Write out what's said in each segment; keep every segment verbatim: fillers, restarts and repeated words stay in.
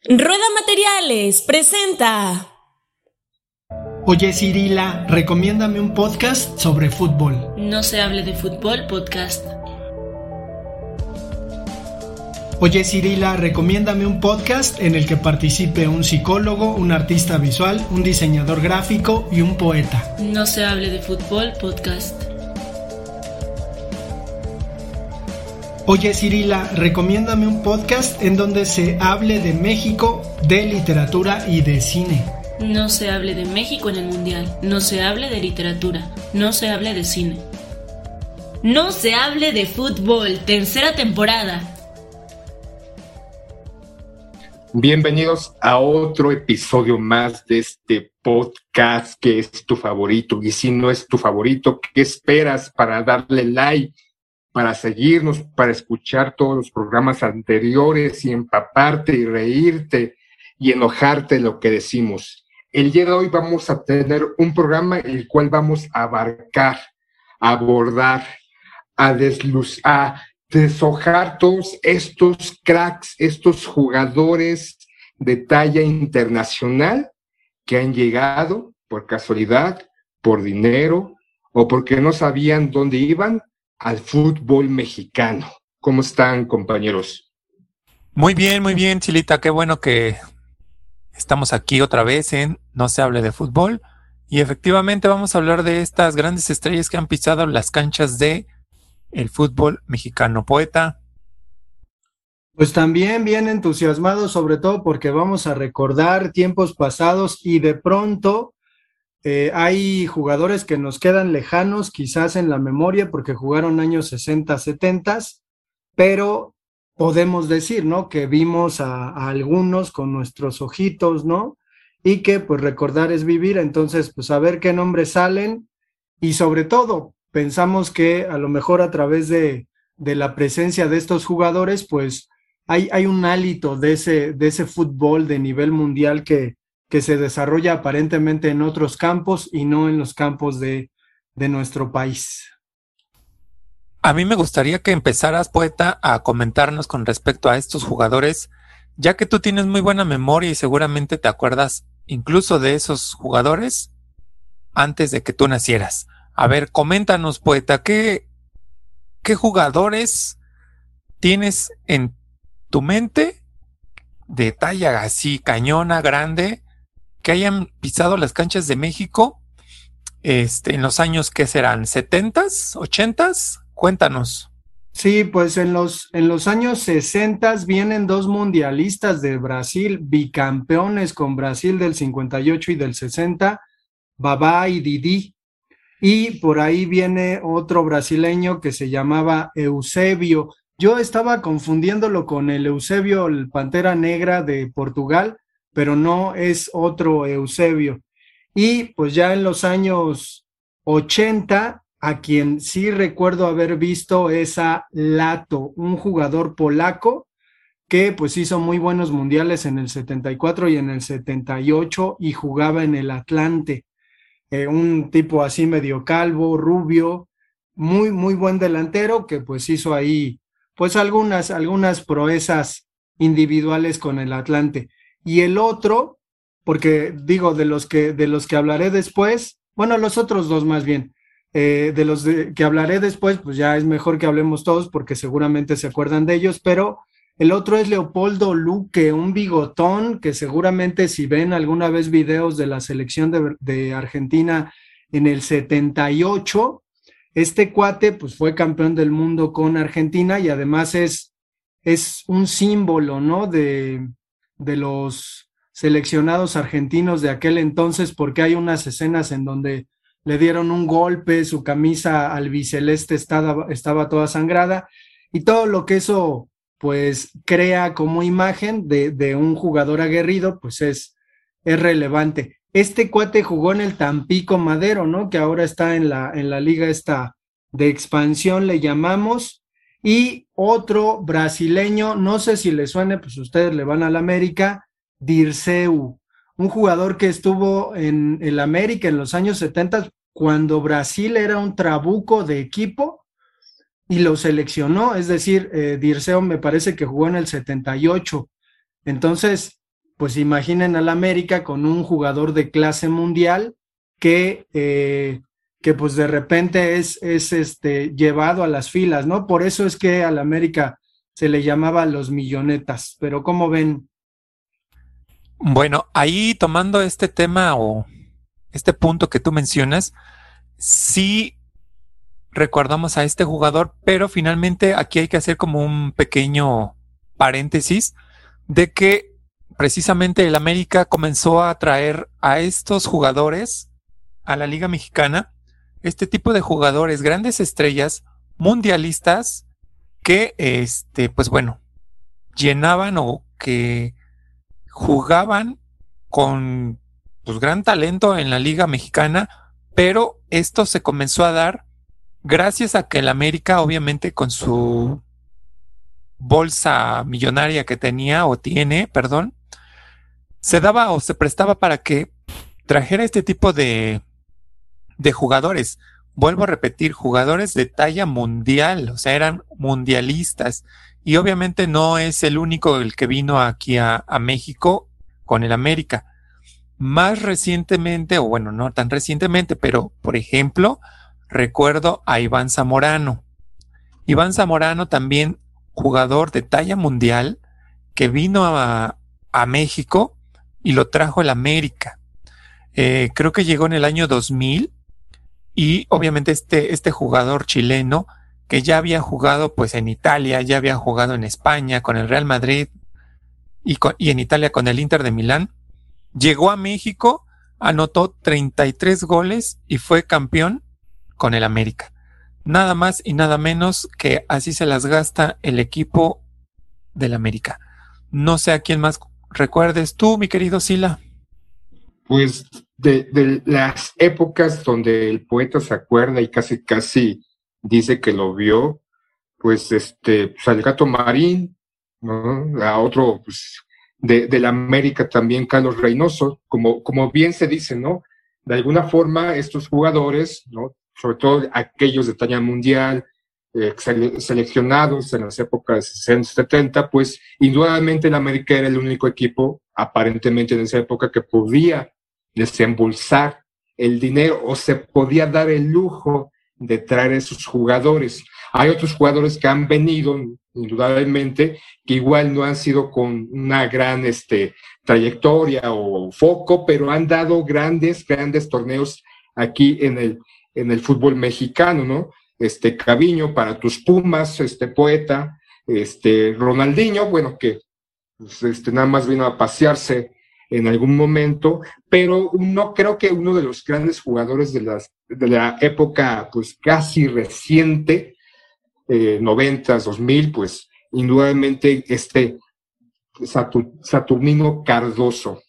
Rueda Materiales presenta. Oye Cirila, recomiéndame un podcast sobre fútbol. No se hable de fútbol podcast. Oye Cirila, recomiéndame un podcast en el que participe un psicólogo, un artista visual, un diseñador gráfico y un poeta. No se hable de fútbol podcast. Oye Cirila, recomiéndame un podcast en donde se hable de México, de literatura y de cine. No se hable de México en el Mundial. No se hable de literatura. No se hable de cine. No se hable de fútbol. Tercera temporada. Bienvenidos a otro episodio más de este podcast que es tu favorito. Y si no es tu favorito, ¿qué esperas para darle like, para seguirnos, para escuchar todos los programas anteriores y empaparte y reírte y enojarte de lo que decimos? El día de hoy vamos a tener un programa en el cual vamos a abarcar, a abordar, a desluz, a deshojar todos estos cracks, estos jugadores de talla internacional que han llegado por casualidad, por dinero o porque no sabían dónde iban al fútbol mexicano. ¿Cómo están, compañeros? Muy bien, muy bien, Chilita. Qué bueno que estamos aquí otra vez en No se hable de fútbol. Y efectivamente vamos a hablar de estas grandes estrellas que han pisado las canchas de el fútbol mexicano. Poeta. Pues también bien entusiasmado, sobre todo porque vamos a recordar tiempos pasados y de pronto eh, hay jugadores que nos quedan lejanos quizás en la memoria porque jugaron años sesenta, setenta, pero podemos decir, ¿no? Que vimos a, a algunos con nuestros ojitos, ¿no? Y que pues recordar es vivir, entonces pues a ver qué nombres salen y sobre todo pensamos que a lo mejor a través de, de la presencia de estos jugadores pues hay, hay un hálito de ese, de ese fútbol de nivel mundial que, que se desarrolla aparentemente en otros campos y no en los campos de, de nuestro país. A mí me gustaría que empezaras, Poeta, a comentarnos con respecto a estos jugadores, ya que tú tienes muy buena memoria y seguramente te acuerdas incluso de esos jugadores antes de que tú nacieras. A ver, coméntanos, Poeta, ¿qué, qué jugadores tienes en tu mente de talla así cañona, grande, que hayan pisado las canchas de México este, en los años que serán setentas, ochentas? Cuéntanos. Sí, pues en los, en los años sesenta vienen dos mundialistas de Brasil, bicampeones con Brasil del cincuenta y ocho y del sesenta, Babá y Didi. Y por ahí viene otro brasileño que se llamaba Eusebio. Yo estaba confundiéndolo con el Eusebio, el Pantera Negra de Portugal, pero no, es otro Eusebio. Y pues ya en los años ochenta, a quien sí recuerdo haber visto es a Lato, un jugador polaco que pues hizo muy buenos mundiales en el setenta y cuatro y en el setenta y ocho y jugaba en el Atlante. Eh, un tipo así medio calvo, rubio, muy, muy buen delantero que pues hizo ahí pues algunas, algunas proezas individuales con el Atlante. Y el otro, porque digo, de los que, de los que hablaré después, bueno, los otros dos más bien, eh, de los de, que hablaré después, pues ya es mejor que hablemos todos porque seguramente se acuerdan de ellos, pero el otro es Leopoldo Luque, un bigotón que seguramente si ven alguna vez videos de la selección de, de Argentina en el setenta y ocho, este cuate pues fue campeón del mundo con Argentina y además es, es un símbolo, ¿no? De, de los seleccionados argentinos de aquel entonces porque hay unas escenas en donde le dieron un golpe, su camisa albiceleste estaba, estaba toda sangrada y todo lo que eso pues crea como imagen de, de un jugador aguerrido, pues es, es relevante. Este cuate jugó en el Tampico Madero, ¿no? Que ahora está en la, en la liga esta de expansión, le llamamos, y otro brasileño, no sé si le suene, pues ustedes le van al América, Dirceu, un jugador que estuvo en el América en los años setenta, cuando Brasil era un trabuco de equipo, y lo seleccionó, es decir, eh, Dirceu me parece que jugó en el setenta y ocho, entonces pues imaginen al América con un jugador de clase mundial que, eh, que pues de repente es, es este, llevado a las filas, ¿no? Por eso es que al América se le llamaba los millonetas, pero ¿cómo ven? Bueno, ahí tomando este tema o este punto que tú mencionas, sí recordamos a este jugador, pero finalmente aquí hay que hacer como un pequeño paréntesis de que precisamente el América comenzó a traer a estos jugadores a la Liga Mexicana, este tipo de jugadores, grandes estrellas, mundialistas, que, este, pues bueno, llenaban o que jugaban con pues, gran talento en la Liga Mexicana, pero esto se comenzó a dar gracias a que el América, obviamente, con su bolsa millonaria que tenía o tiene, perdón, se daba o se prestaba para que trajera este tipo de, de jugadores. Vuelvo a repetir, jugadores de talla mundial, o sea, eran mundialistas. Y obviamente no es el único el que vino aquí a, a México con el América. Más recientemente, o bueno, no tan recientemente, pero por ejemplo, recuerdo a Iván Zamorano. Iván Zamorano también jugador de talla mundial que vino a, a México y lo trajo el América. Eh, creo que llegó en el año dos mil y obviamente este, este jugador chileno que ya había jugado pues en Italia, ya había jugado en España con el Real Madrid y, con, y en Italia con el Inter de Milán, llegó a México, anotó treinta y tres goles y fue campeón con el América. Nada más y nada menos que así se las gasta el equipo del América. No sé a quién más recuerdes tú, mi querido Sila. Pues de, de las épocas donde el poeta se acuerda y casi casi dice que lo vio, pues este, pues al Gato Marín, ¿no? A otro, pues, de, de la América también, Carlos Reynoso, como, como bien se dice, ¿no? De alguna forma, estos jugadores, ¿no? Sobre todo aquellos de talla mundial, eh, sele- seleccionados en las épocas sesenta, setenta, pues indudablemente el América era el único equipo, aparentemente en esa época, que podía desembolsar el dinero o se podía dar el lujo de traer a esos jugadores. Hay otros jugadores que han venido, indudablemente, que igual no han sido con una gran este, trayectoria o foco, pero han dado grandes, grandes torneos aquí en el, en el fútbol mexicano, ¿no? Este Caviño para tus Pumas, este poeta, este Ronaldinho, bueno, que pues, este, nada más vino a pasearse en algún momento, pero no creo que uno de los grandes jugadores de, las, de la época pues casi reciente, eh, noventas, dos mil, pues indudablemente este Satur, Saturnino Cardoso.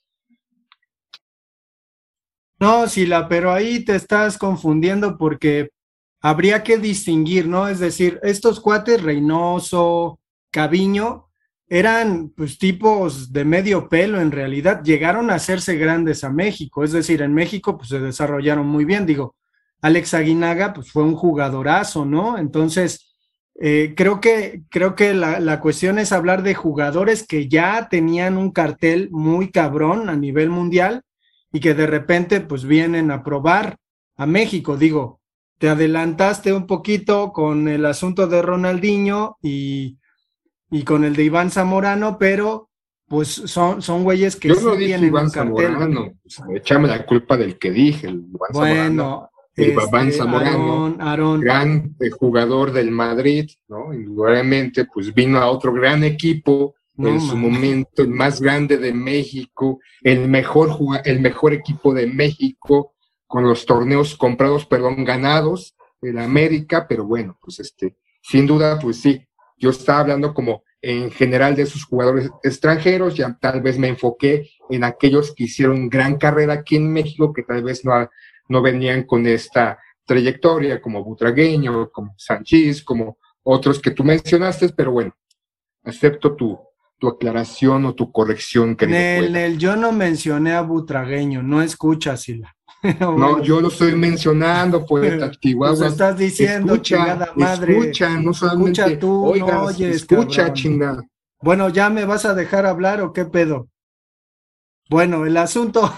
No, Sila, pero ahí te estás confundiendo porque habría que distinguir, ¿no? Es decir, estos cuates, Reynoso, Caviño, eran pues tipos de medio pelo en realidad, llegaron a hacerse grandes a México, es decir, en México pues se desarrollaron muy bien, digo, Alex Aguinaga pues fue un jugadorazo, ¿no? Entonces, eh, creo que, creo que la, la cuestión es hablar de jugadores que ya tenían un cartel muy cabrón a nivel mundial y que de repente pues vienen a probar a México, digo, te adelantaste un poquito con el asunto de Ronaldinho y y con el de Iván Zamorano, pero pues son, son güeyes que Yo sí no dije tienen Iván un cartel. Zamorano, o sea, échame la culpa del que dije, el Iván Bueno, Zamorano, el Babán este, Zamorano, Aarón, Aarón. gran eh, jugador del Madrid, ¿no? Indudablemente, pues vino a otro gran equipo, No, en su man. momento, el más grande de México, el mejor, juga- el mejor equipo de México, con los torneos comprados, perdón, ganados, el América, pero bueno, pues este, sin duda, pues sí, yo estaba hablando como en general de esos jugadores extranjeros, ya tal vez me enfoqué en aquellos que hicieron gran carrera aquí en México, que tal vez no, no venían con esta trayectoria, como Butragueño, como Sánchez, como otros que tú mencionaste, pero bueno, acepto tu, tu aclaración o tu corrección, querido Nel, poeta. Nel, yo no mencioné a Butragueño, no escuchas, Sila. No, Bueno, yo lo estoy mencionando, poeta pues Chihuahua. estás diciendo, Escucha, chingada madre. escucha, no solamente Escucha tú, no oigas, oyes, escucha, cabrón. chingada. Bueno, ¿ya me vas a dejar hablar o qué pedo? Bueno, el asunto,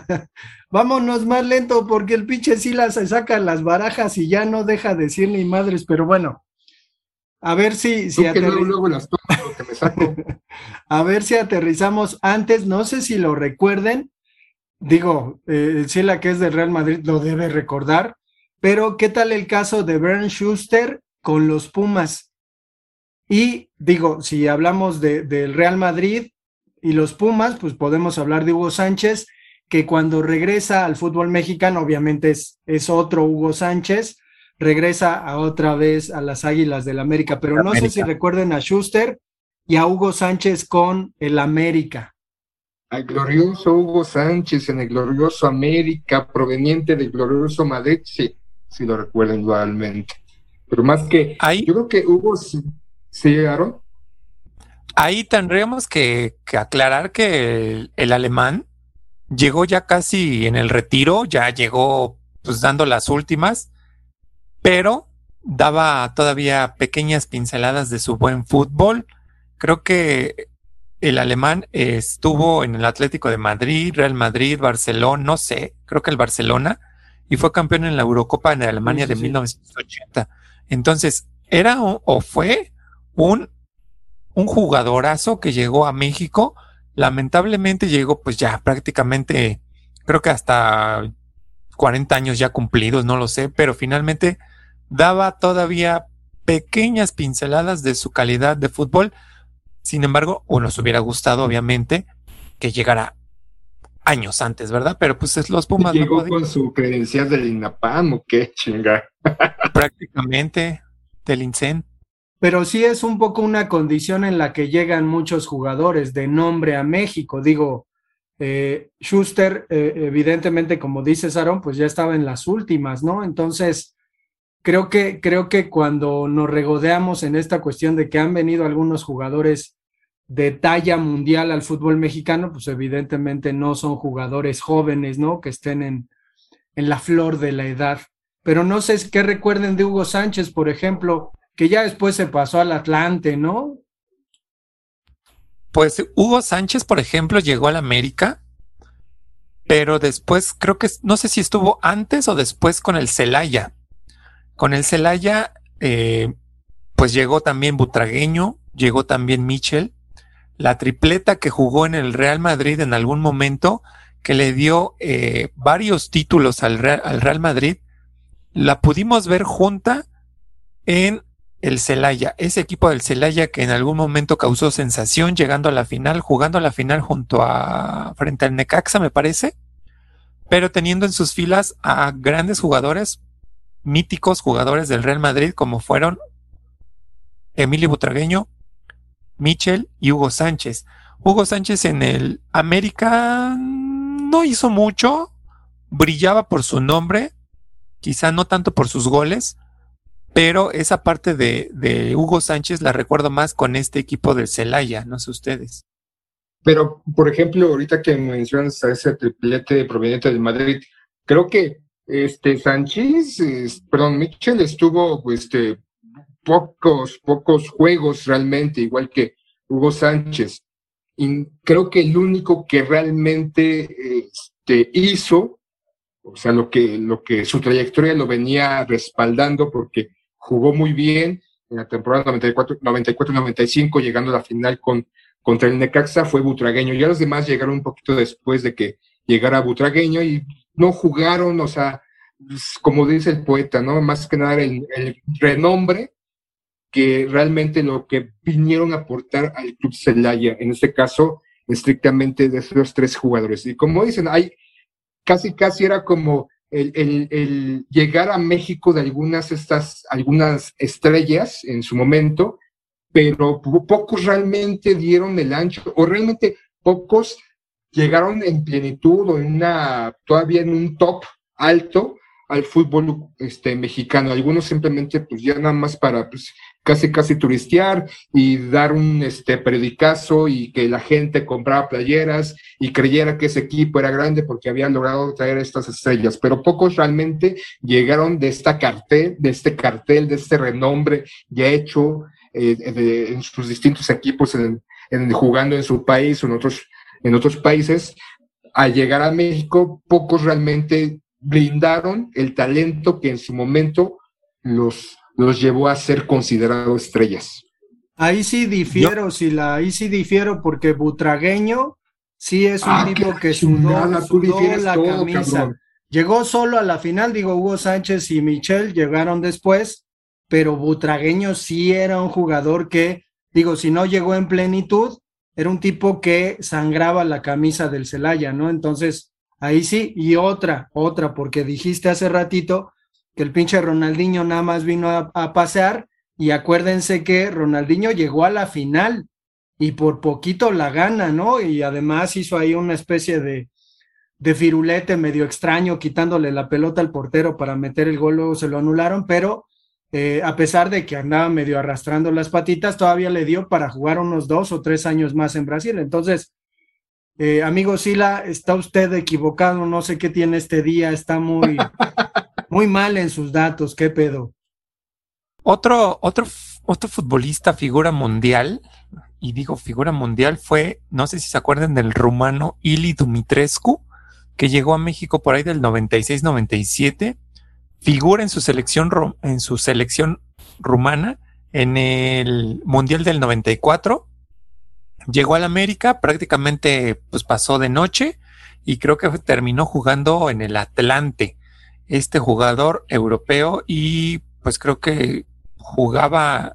vámonos más lento porque el pinche Silas se saca las barajas y ya no deja de decir ni madres, pero bueno, a ver si, si Tú que luego, aterri- luego las tomas, lo que me saco. a ver si aterrizamos antes, no sé si lo recuerden, digo, eh, Sila que es del Real Madrid lo debe recordar, pero ¿qué tal el caso de Bernd Schuster con los Pumas? Y digo, si hablamos de, del Real Madrid y los Pumas, pues podemos hablar de Hugo Sánchez, que cuando regresa al fútbol mexicano, obviamente es, es otro Hugo Sánchez, regresa a otra vez a las Águilas del América, pero no sé si América. recuerden a Schuster y a Hugo Sánchez con el América. Al glorioso Hugo Sánchez en el glorioso América, proveniente del glorioso Madrid, sí, sí lo recuerdo indudablemente. Pero más que, Ahí, yo creo que Hugo, sí, sí, Aaron, ahí tendríamos que, que aclarar que el, el alemán llegó ya casi en el retiro, ya llegó pues dando las últimas, pero daba todavía pequeñas pinceladas de su buen fútbol. Creo que el alemán eh, estuvo en el Atlético de Madrid, Real Madrid, Barcelona, no sé, creo que el Barcelona, y fue campeón en la Eurocopa de Alemania Sí, sí, de sí. mil novecientos ochenta. Entonces, era o, o fue un, un jugadorazo que llegó a México. Lamentablemente llegó pues ya prácticamente, creo que hasta cuarenta años ya cumplidos, no lo sé, pero finalmente daba todavía pequeñas pinceladas de su calidad de fútbol. Sin embargo, o nos hubiera gustado, obviamente, que llegara años antes, ¿verdad? Pero pues es los Pumas no llegó podían con su credencial del INAPAM o qué chinga. prácticamente del INSEN. Pero sí es un poco una condición en la que llegan muchos jugadores de nombre a México. Digo, eh, Schuster, eh, evidentemente, como dices, Aaron, pues ya estaba en las últimas, ¿no? Entonces, creo que, creo que cuando nos regodeamos en esta cuestión de que han venido algunos jugadores de talla mundial al fútbol mexicano, pues evidentemente no son jugadores jóvenes, ¿no? Que estén en, en la flor de la edad. Pero no sé qué recuerden de Hugo Sánchez, por ejemplo, que ya después se pasó al Atlante, ¿no? Pues Hugo Sánchez, por ejemplo, llegó al América, pero después creo que no sé si estuvo antes o después con el Celaya. Con el Celaya, eh, pues llegó también Butragueño, llegó también Michel, la tripleta que jugó en el Real Madrid en algún momento, que le dio eh, varios títulos al Real, al Real Madrid, la pudimos ver junta en el Celaya, ese equipo del Celaya que en algún momento causó sensación llegando a la final, jugando a la final junto a frente al Necaxa, me parece, pero teniendo en sus filas a grandes jugadores, míticos jugadores del Real Madrid como fueron Emilio Butragueño, Michel y Hugo Sánchez. Hugo Sánchez en el América no hizo mucho, brillaba por su nombre, quizá no tanto por sus goles, pero esa parte de, de Hugo Sánchez la recuerdo más con este equipo del Celaya, no sé ustedes. Pero, por ejemplo, ahorita que mencionas a ese triplete proveniente del Madrid, creo que este Sánchez, es, perdón, Michel estuvo este, pocos, pocos juegos realmente, igual que Hugo Sánchez. Y creo que el único que realmente este, hizo, o sea, lo que, lo que su trayectoria lo venía respaldando porque jugó muy bien en la temporada noventa y cuatro noventa y cinco, llegando a la final con, contra el Necaxa, fue Butragueño. Ya los demás llegaron un poquito después de que llegara Butragueño y no jugaron, o sea, como dice el poeta, ¿no? Más que nada el, el renombre que realmente lo que vinieron a aportar al Club Celaya, en este caso, estrictamente de esos tres jugadores. Y como dicen, hay casi, casi era como el, el, el llegar a México de algunas estas, algunas estrellas en su momento, pero pocos realmente dieron el ancho, o realmente pocos llegaron en plenitud o en una, todavía en un top alto al fútbol este, mexicano. Algunos simplemente, pues ya nada más para pues, casi, casi turistear y dar un este, predicazo y que la gente comprara playeras y creyera que ese equipo era grande porque habían logrado traer estas estrellas. Pero pocos realmente llegaron de esta cartel, de este cartel, de este renombre ya hecho eh, de, en sus distintos equipos, en, en, jugando en su país o en otros, en otros países, al llegar a México, pocos realmente brindaron el talento que en su momento los, los llevó a ser considerados estrellas. Ahí sí difiero, Yo, Sila, ahí sí difiero porque Butragueño sí es un Ah, tipo qué que sudó, chingada, tú sudó difieres la todo, camisa. cabrón. Llegó solo a la final, digo, Hugo Sánchez y Michel llegaron después, pero Butragueño sí era un jugador que, digo, si no llegó en plenitud, era un tipo que sangraba la camisa del Celaya, ¿no? Entonces, ahí sí, y otra, otra, porque dijiste hace ratito que el pinche Ronaldinho nada más vino a, a pasear, y acuérdense que Ronaldinho llegó a la final y por poquito la gana, ¿no? Y además hizo ahí una especie de, de firulete medio extraño, quitándole la pelota al portero para meter el gol, luego se lo anularon, pero eh, a pesar de que andaba medio arrastrando las patitas, todavía le dio para jugar unos dos o tres años más en Brasil. Entonces, eh, amigo Sila, está usted equivocado, no sé qué tiene este día, está muy, muy mal en sus datos, ¿qué pedo? otro, otro, otro futbolista figura mundial, y digo figura mundial, fue, no sé si se acuerdan del rumano Ilie Dumitrescu, que llegó a México por ahí del noventa y seis noventa y siete, figura en su selección, en su selección rumana en el Mundial del noventa y cuatro, llegó al América, prácticamente pues pasó de noche y creo que terminó jugando en el Atlante, este jugador europeo, y pues creo que jugaba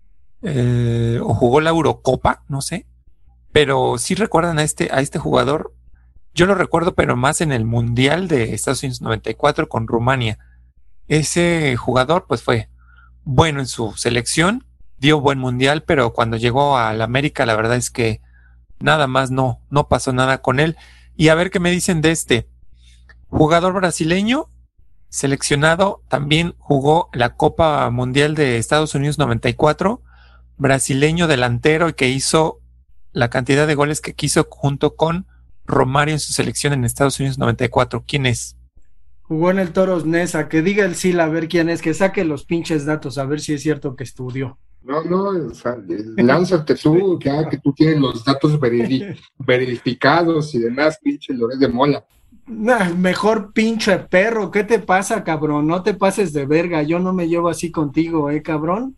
eh, o jugó la Eurocopa, no sé, pero sí recuerdan a este, a este jugador. Yo lo recuerdo, pero más en el Mundial de Estados Unidos noventa y cuatro con Rumania. Ese jugador pues fue bueno en su selección, dio buen Mundial, pero cuando llegó al América la verdad es que nada más no, no pasó nada con él. Y a ver qué me dicen de este jugador brasileño, seleccionado, también jugó la Copa Mundial de Estados Unidos noventa y cuatro, brasileño delantero y que hizo la cantidad de goles que quiso junto con Romario en su selección en Estados Unidos noventa y cuatro. ¿Quién es? Jugó en el Toros Neza, que diga el Sila a ver quién es, que saque los pinches datos a ver si es cierto que estudió. No, no, o sea, lánzate tú, ya que tú tienes los datos veridi- verificados y demás, pinche Loret de Mola. Nah, mejor pinche perro, ¿qué te pasa, cabrón? No te pases de verga, yo no me llevo así contigo, ¿eh, cabrón?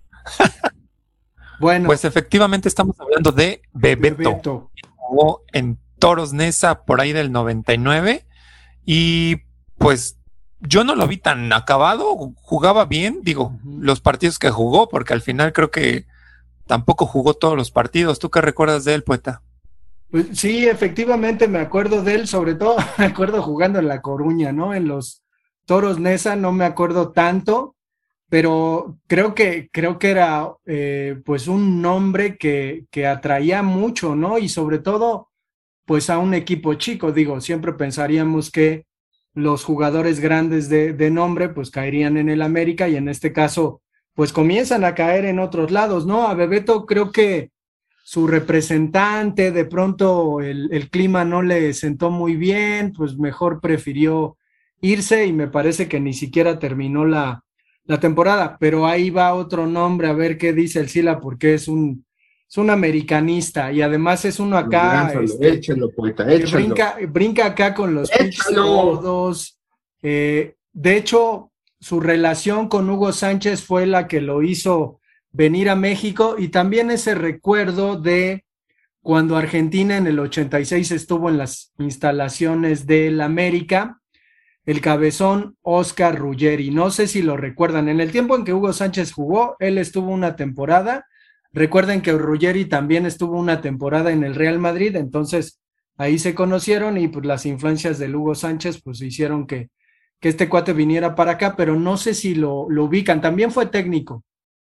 Bueno, Pues efectivamente estamos hablando de Bebeto. Bebeto. Jugó en Toros Neza por ahí del noventa y nueve y pues yo no lo vi tan acabado, jugaba bien, digo, Ujú. los partidos que jugó, porque al final creo que tampoco jugó todos los partidos. ¿Tú qué recuerdas de él, poeta? Pues sí, efectivamente me acuerdo de él, sobre todo me acuerdo jugando en La Coruña, ¿no? En los Toros Neza no me acuerdo tanto, pero creo que, creo que era eh, pues un nombre que, que atraía mucho, ¿no? Y sobre todo, pues a un equipo chico, digo, siempre pensaríamos que los jugadores grandes de, de nombre pues caerían en el América y en este caso pues comienzan a caer en otros lados, ¿no? A Bebeto creo que su representante, de pronto el, el clima no le sentó muy bien, pues mejor prefirió irse y me parece que ni siquiera terminó la, la temporada, pero ahí va otro nombre, a ver qué dice el Sila, porque es un, es un americanista y además es uno acá, Lánzalo, este, échalo, poeta, que échalo. brinca, brinca acá con los pinches ¡Échalo! codos. Eh, de hecho, su relación con Hugo Sánchez fue la que lo hizo venir a México y también ese recuerdo de cuando Argentina en el ochenta y seis estuvo en las instalaciones del América, el cabezón Oscar Ruggeri. No sé si lo recuerdan. En el tiempo en que Hugo Sánchez jugó, él estuvo una temporada. Recuerden que Ruggeri también estuvo una temporada en el Real Madrid, entonces ahí se conocieron y pues las influencias del Hugo Sánchez pues hicieron que, que este cuate viniera para acá, pero no sé si lo, lo ubican. También fue técnico.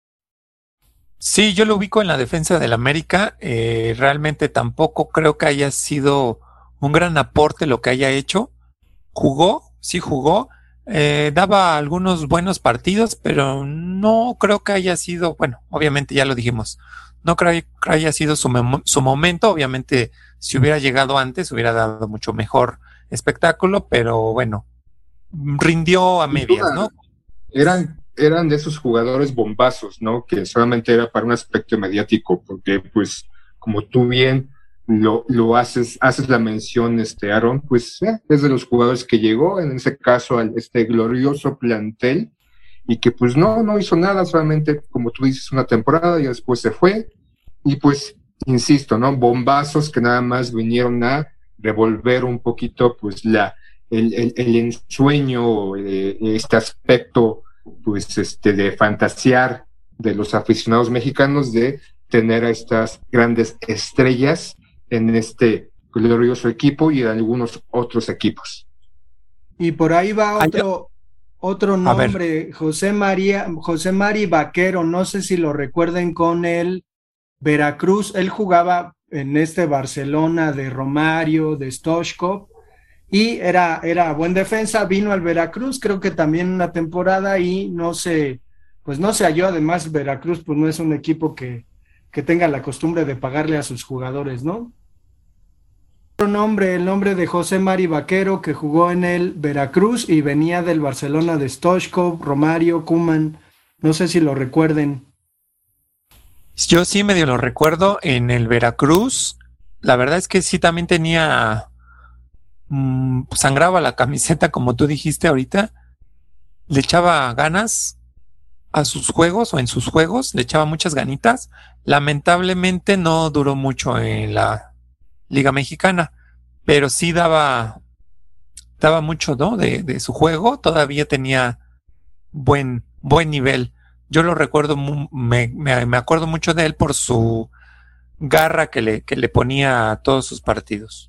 Sí, yo lo ubico en la defensa del América. Eh, realmente tampoco creo que haya sido un gran aporte lo que haya hecho. Jugó, sí jugó, eh, daba algunos buenos partidos, pero no creo que haya sido, bueno, obviamente ya lo dijimos, no creo que haya sido su, mem- su momento. Obviamente si hubiera llegado antes hubiera dado mucho mejor espectáculo, pero bueno, rindió a Sin medias, duda, ¿no? eran, eran de esos jugadores bombazos, ¿no? Que solamente era para un aspecto mediático, porque pues, como tú bien lo, lo haces, haces la mención, este Aaron, pues eh, es de los jugadores que llegó, en ese caso, a este glorioso plantel, y que pues no, no hizo nada, solamente, como tú dices, una temporada, y después se fue, y pues, insisto, ¿no? Bombazos que nada más vinieron a revolver un poquito, pues, la, el, el, el ensueño, eh, este aspecto, pues, este, de fantasear de los aficionados mexicanos de tener a estas grandes estrellas en este glorioso equipo y en algunos otros equipos. Y por ahí va otro, otro nombre, José María, José Mari Vaquero, no sé si lo recuerden con el Veracruz, él jugaba en este Barcelona de Romario, de Stoichkov, y era, era buen defensa, vino al Veracruz, creo que también una temporada y no se, pues no se halló, además Veracruz pues no es un equipo que, que tenga la costumbre de pagarle a sus jugadores, ¿no? Otro nombre, el nombre de José Mari Vaquero, que jugó en el Veracruz y venía del Barcelona de Stoichkov, Romario, Koeman, no sé si lo recuerden. Yo sí medio lo recuerdo en el Veracruz. La verdad es que sí también tenía mmm, sangraba la camiseta, como tú dijiste ahorita. Le echaba ganas a sus juegos o en sus juegos, le echaba muchas ganitas. Lamentablemente no duró mucho en la Liga Mexicana, pero sí daba daba mucho, ¿no? de, de su juego, todavía tenía buen buen nivel. Yo lo recuerdo, me, me, me acuerdo mucho de él por su garra que le, que le ponía a todos sus partidos.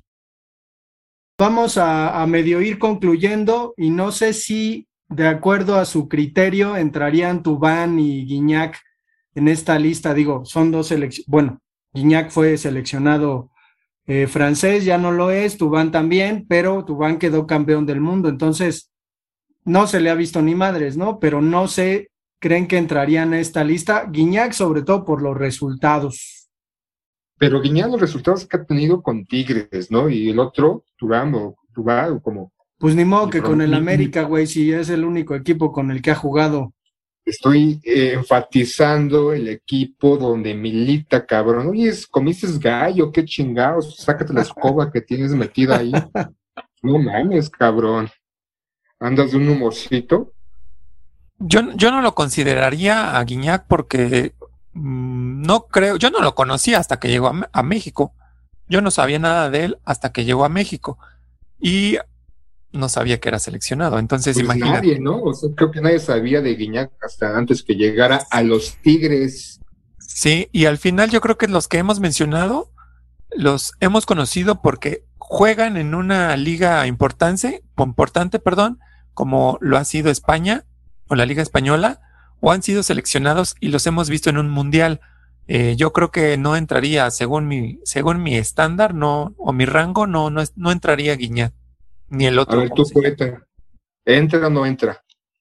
Vamos a, a medio ir concluyendo y no sé si de acuerdo a su criterio entrarían Thauvin y Gignac en esta lista. Digo, son dos seleccionados, bueno, Gignac fue seleccionado eh, francés, ya no lo es, Thauvin también, pero Thauvin quedó campeón del mundo, entonces no se le ha visto ni madres, ¿no? Pero no sé, ¿creen que entrarían a esta lista? Gignac sobre todo por los resultados. Pero Gignac los resultados que ha tenido con Tigres, ¿no? Y el otro, Thauvin o Thauvin, como... Pues ni modo que con el América, güey, si es el único equipo con el que ha jugado. Estoy eh, enfatizando el equipo donde milita, cabrón. Oye, comiste gallo, qué chingados, sácate la escoba que tienes metida ahí. No mames, cabrón. ¿Andas de un humorcito? Yo, yo no lo consideraría a Gignac porque mmm, no creo, yo no lo conocía hasta que llegó a, a México. Yo no sabía nada de él hasta que llegó a México. Y no sabía que era seleccionado, entonces pues imagínate. Nadie, ¿no? O sea, creo que nadie sabía de Gignac hasta antes que llegara a los Tigres. Sí, y al final yo creo que los que hemos mencionado los hemos conocido porque juegan en una liga importante, importante, perdón, como lo ha sido España o la Liga Española, o han sido seleccionados y los hemos visto en un mundial. Eh, yo creo que no entraría, según mi, según mi estándar, no, o mi rango, no, no, no entraría Gignac. Ni el otro. A ver, tú, poeta, ¿entra o no entra?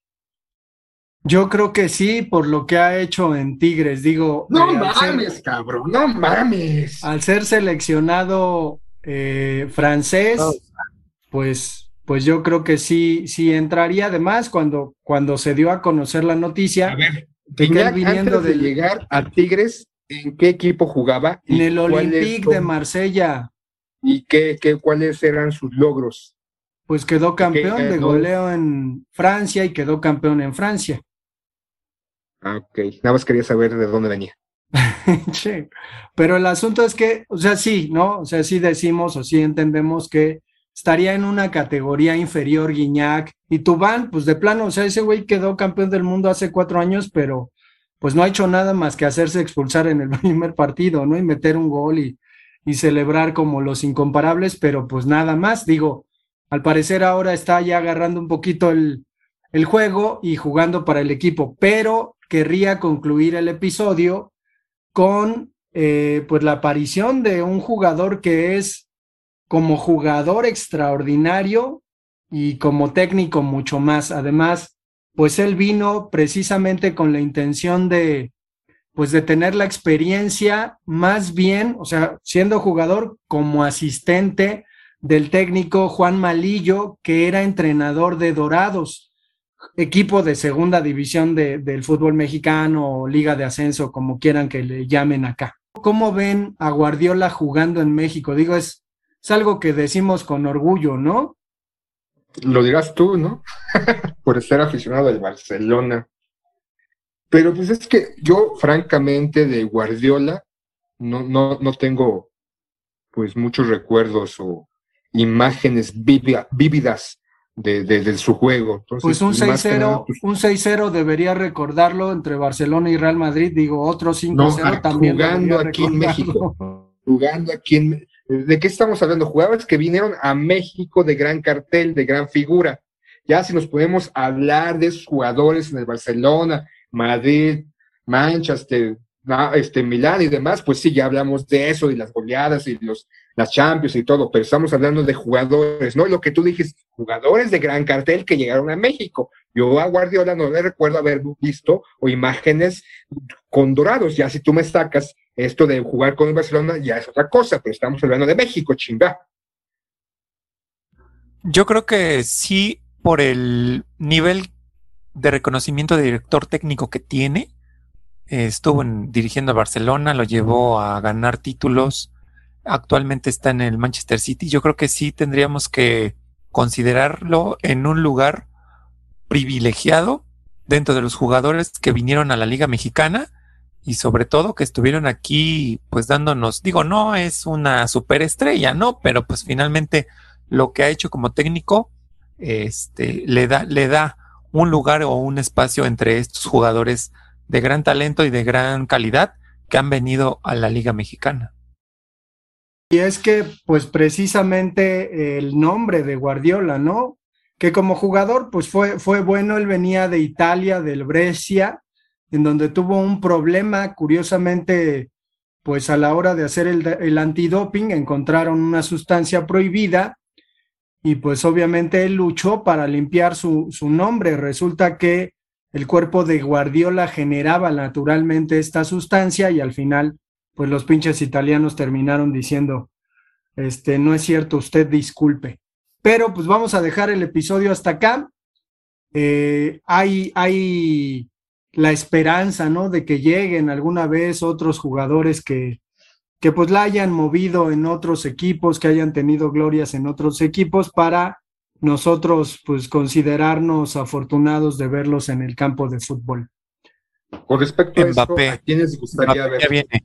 Yo creo que sí, por lo que ha hecho en Tigres, digo... ¡No eh, mames, ser, cabrón! ¡No mames! Al ser seleccionado eh, francés, oh. pues, pues yo creo que sí, sí entraría. Además, cuando, cuando se dio a conocer la noticia... A ver, Gignac, viniendo antes de del... llegar a Tigres, ¿en qué equipo jugaba? En el Olympique de Marsella. ¿Y qué, qué, cuáles eran sus logros? Pues quedó campeón de goleo en Francia y quedó campeón en Francia. Ah, ok. Nada más quería saber de dónde venía. Sí. Pero el asunto es que, o sea, sí, ¿no? O sea, sí decimos o sí entendemos que estaría en una categoría inferior Gignac y Thauvin, pues de plano, o sea, ese güey quedó campeón del mundo hace cuatro años, pero pues no ha hecho nada más que hacerse expulsar en el primer partido, ¿no? Y meter un gol y, y celebrar como los incomparables, pero pues nada más, digo, al parecer ahora está ya agarrando un poquito el, el juego y jugando para el equipo, pero querría concluir el episodio con eh, pues la aparición de un jugador que es como jugador extraordinario y como técnico mucho más. Además, pues él vino precisamente con la intención de pues de tener la experiencia más bien, o sea, siendo jugador como asistente del técnico Juan Malillo, que era entrenador de Dorados, equipo de segunda división de, del fútbol mexicano o liga de ascenso, como quieran que le llamen acá. ¿Cómo ven a Guardiola jugando en México? Digo, es, es algo que decimos con orgullo, ¿no? Lo dirás tú, ¿no? Por ser aficionado del Barcelona. Pero pues es que yo, francamente, de Guardiola no, no, no tengo pues muchos recuerdos o imágenes vívida, vívidas de, de, de su juego. Entonces, pues un seis cero, pues, un seis cero debería recordarlo entre Barcelona y Real Madrid, digo, otro cinco cero no, también. Jugando aquí en México, jugando aquí en ¿de qué estamos hablando? Jugadores que vinieron a México de gran cartel, de gran figura. Ya si nos podemos hablar de esos jugadores en el Barcelona, Madrid, Manchester, este, Milán y demás, pues sí, ya hablamos de eso, y las goleadas y los, las Champions y todo, pero estamos hablando de jugadores, ¿no? Y lo que tú dijiste, jugadores de gran cartel que llegaron a México. Yo a Guardiola no le recuerdo haber visto o imágenes con dorados. Ya si tú me sacas esto de jugar con el Barcelona, ya es otra cosa, pero estamos hablando de México, chinga. Yo creo que sí, por el nivel de reconocimiento de director técnico que tiene, eh, estuvo en, dirigiendo a Barcelona, lo llevó a ganar títulos, actualmente está en el Manchester City. Yo creo que sí tendríamos que considerarlo en un lugar privilegiado dentro de los jugadores que vinieron a la Liga Mexicana y sobre todo que estuvieron aquí pues dándonos, digo, no es una superestrella, ¿no? Pero pues finalmente lo que ha hecho como técnico este, le da, le da un lugar o un espacio entre estos jugadores de gran talento y de gran calidad que han venido a la Liga Mexicana. Y es que, pues precisamente el nombre de Guardiola, ¿no? Que como jugador, pues fue, fue bueno, él venía de Italia, del Brescia, en donde tuvo un problema, curiosamente, pues a la hora de hacer el, el antidoping, encontraron una sustancia prohibida, y pues obviamente él luchó para limpiar su, su nombre. Resulta que el cuerpo de Guardiola generaba naturalmente esta sustancia, y al final pues los pinches italianos terminaron diciendo, este, no es cierto, usted disculpe. Pero pues vamos a dejar el episodio hasta acá. Eh, hay, hay la esperanza, ¿no?, de que lleguen alguna vez otros jugadores que, que pues la hayan movido en otros equipos, que hayan tenido glorias en otros equipos, para nosotros pues considerarnos afortunados de verlos en el campo de fútbol. Con respecto a Mbappé, esto, ¿a quiénes gustaría Mbappé ver? Ya viene.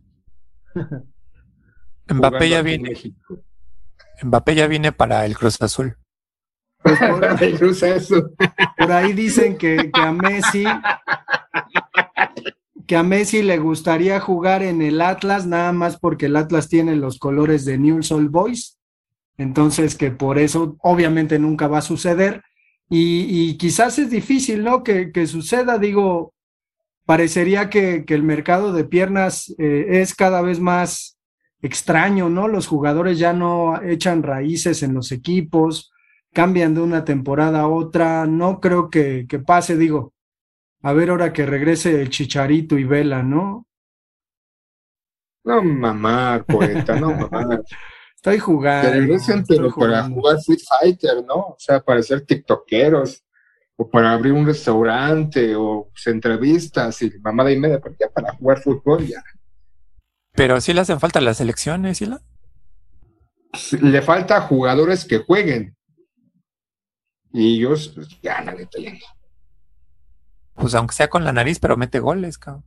Mbappé ya viene. México. Mbappé ya viene para el Cruz Azul. Pues por, el Cruz Azul. Por ahí dicen que, que a Messi que a Messi le gustaría jugar en el Atlas, nada más porque el Atlas tiene los colores de Newell's Old Boys, entonces que por eso obviamente nunca va a suceder, y, y quizás es difícil, ¿no?, que, que suceda. Digo, parecería que, que el mercado de piernas eh, es cada vez más extraño, ¿no? Los jugadores ya no echan raíces en los equipos, cambian de una temporada a otra. No creo que, que pase, digo, a ver ahora que regrese el Chicharito y Vela, ¿no? No mamar, poeta, no mamar. Estoy jugando. Que regresen, pero para jugar Street Fighter, ¿no? O sea, para ser tiktokeros, o para abrir un restaurante, o pues, entrevistas y mamada y media, porque ya para jugar fútbol ya. Pero sí le hacen falta las selecciones, ¿sí? La? Le falta jugadores que jueguen. Y ellos, pues, ya nadie está yendo. Pues aunque sea con la nariz, pero mete goles, cabrón.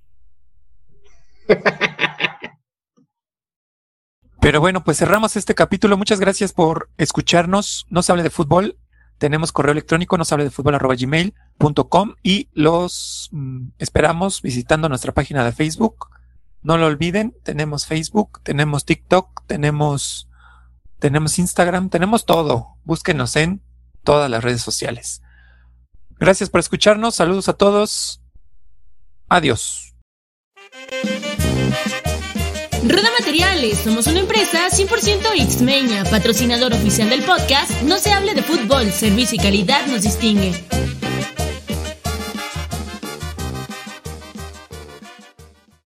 Pero bueno, pues cerramos este capítulo. Muchas gracias por escucharnos. No se hable de fútbol. Tenemos correo electrónico, no se hable de fútbol arroba gmail punto com, y los mm, esperamos visitando nuestra página de Facebook. No lo olviden, tenemos Facebook, tenemos TikTok, tenemos, tenemos Instagram, tenemos todo. Búsquenos en todas las redes sociales. Gracias por escucharnos. Saludos a todos. Adiós. Roda Materiales, somos una empresa cien por ciento Xmeña, patrocinador oficial del podcast. No se hable de fútbol, servicio y calidad nos distingue.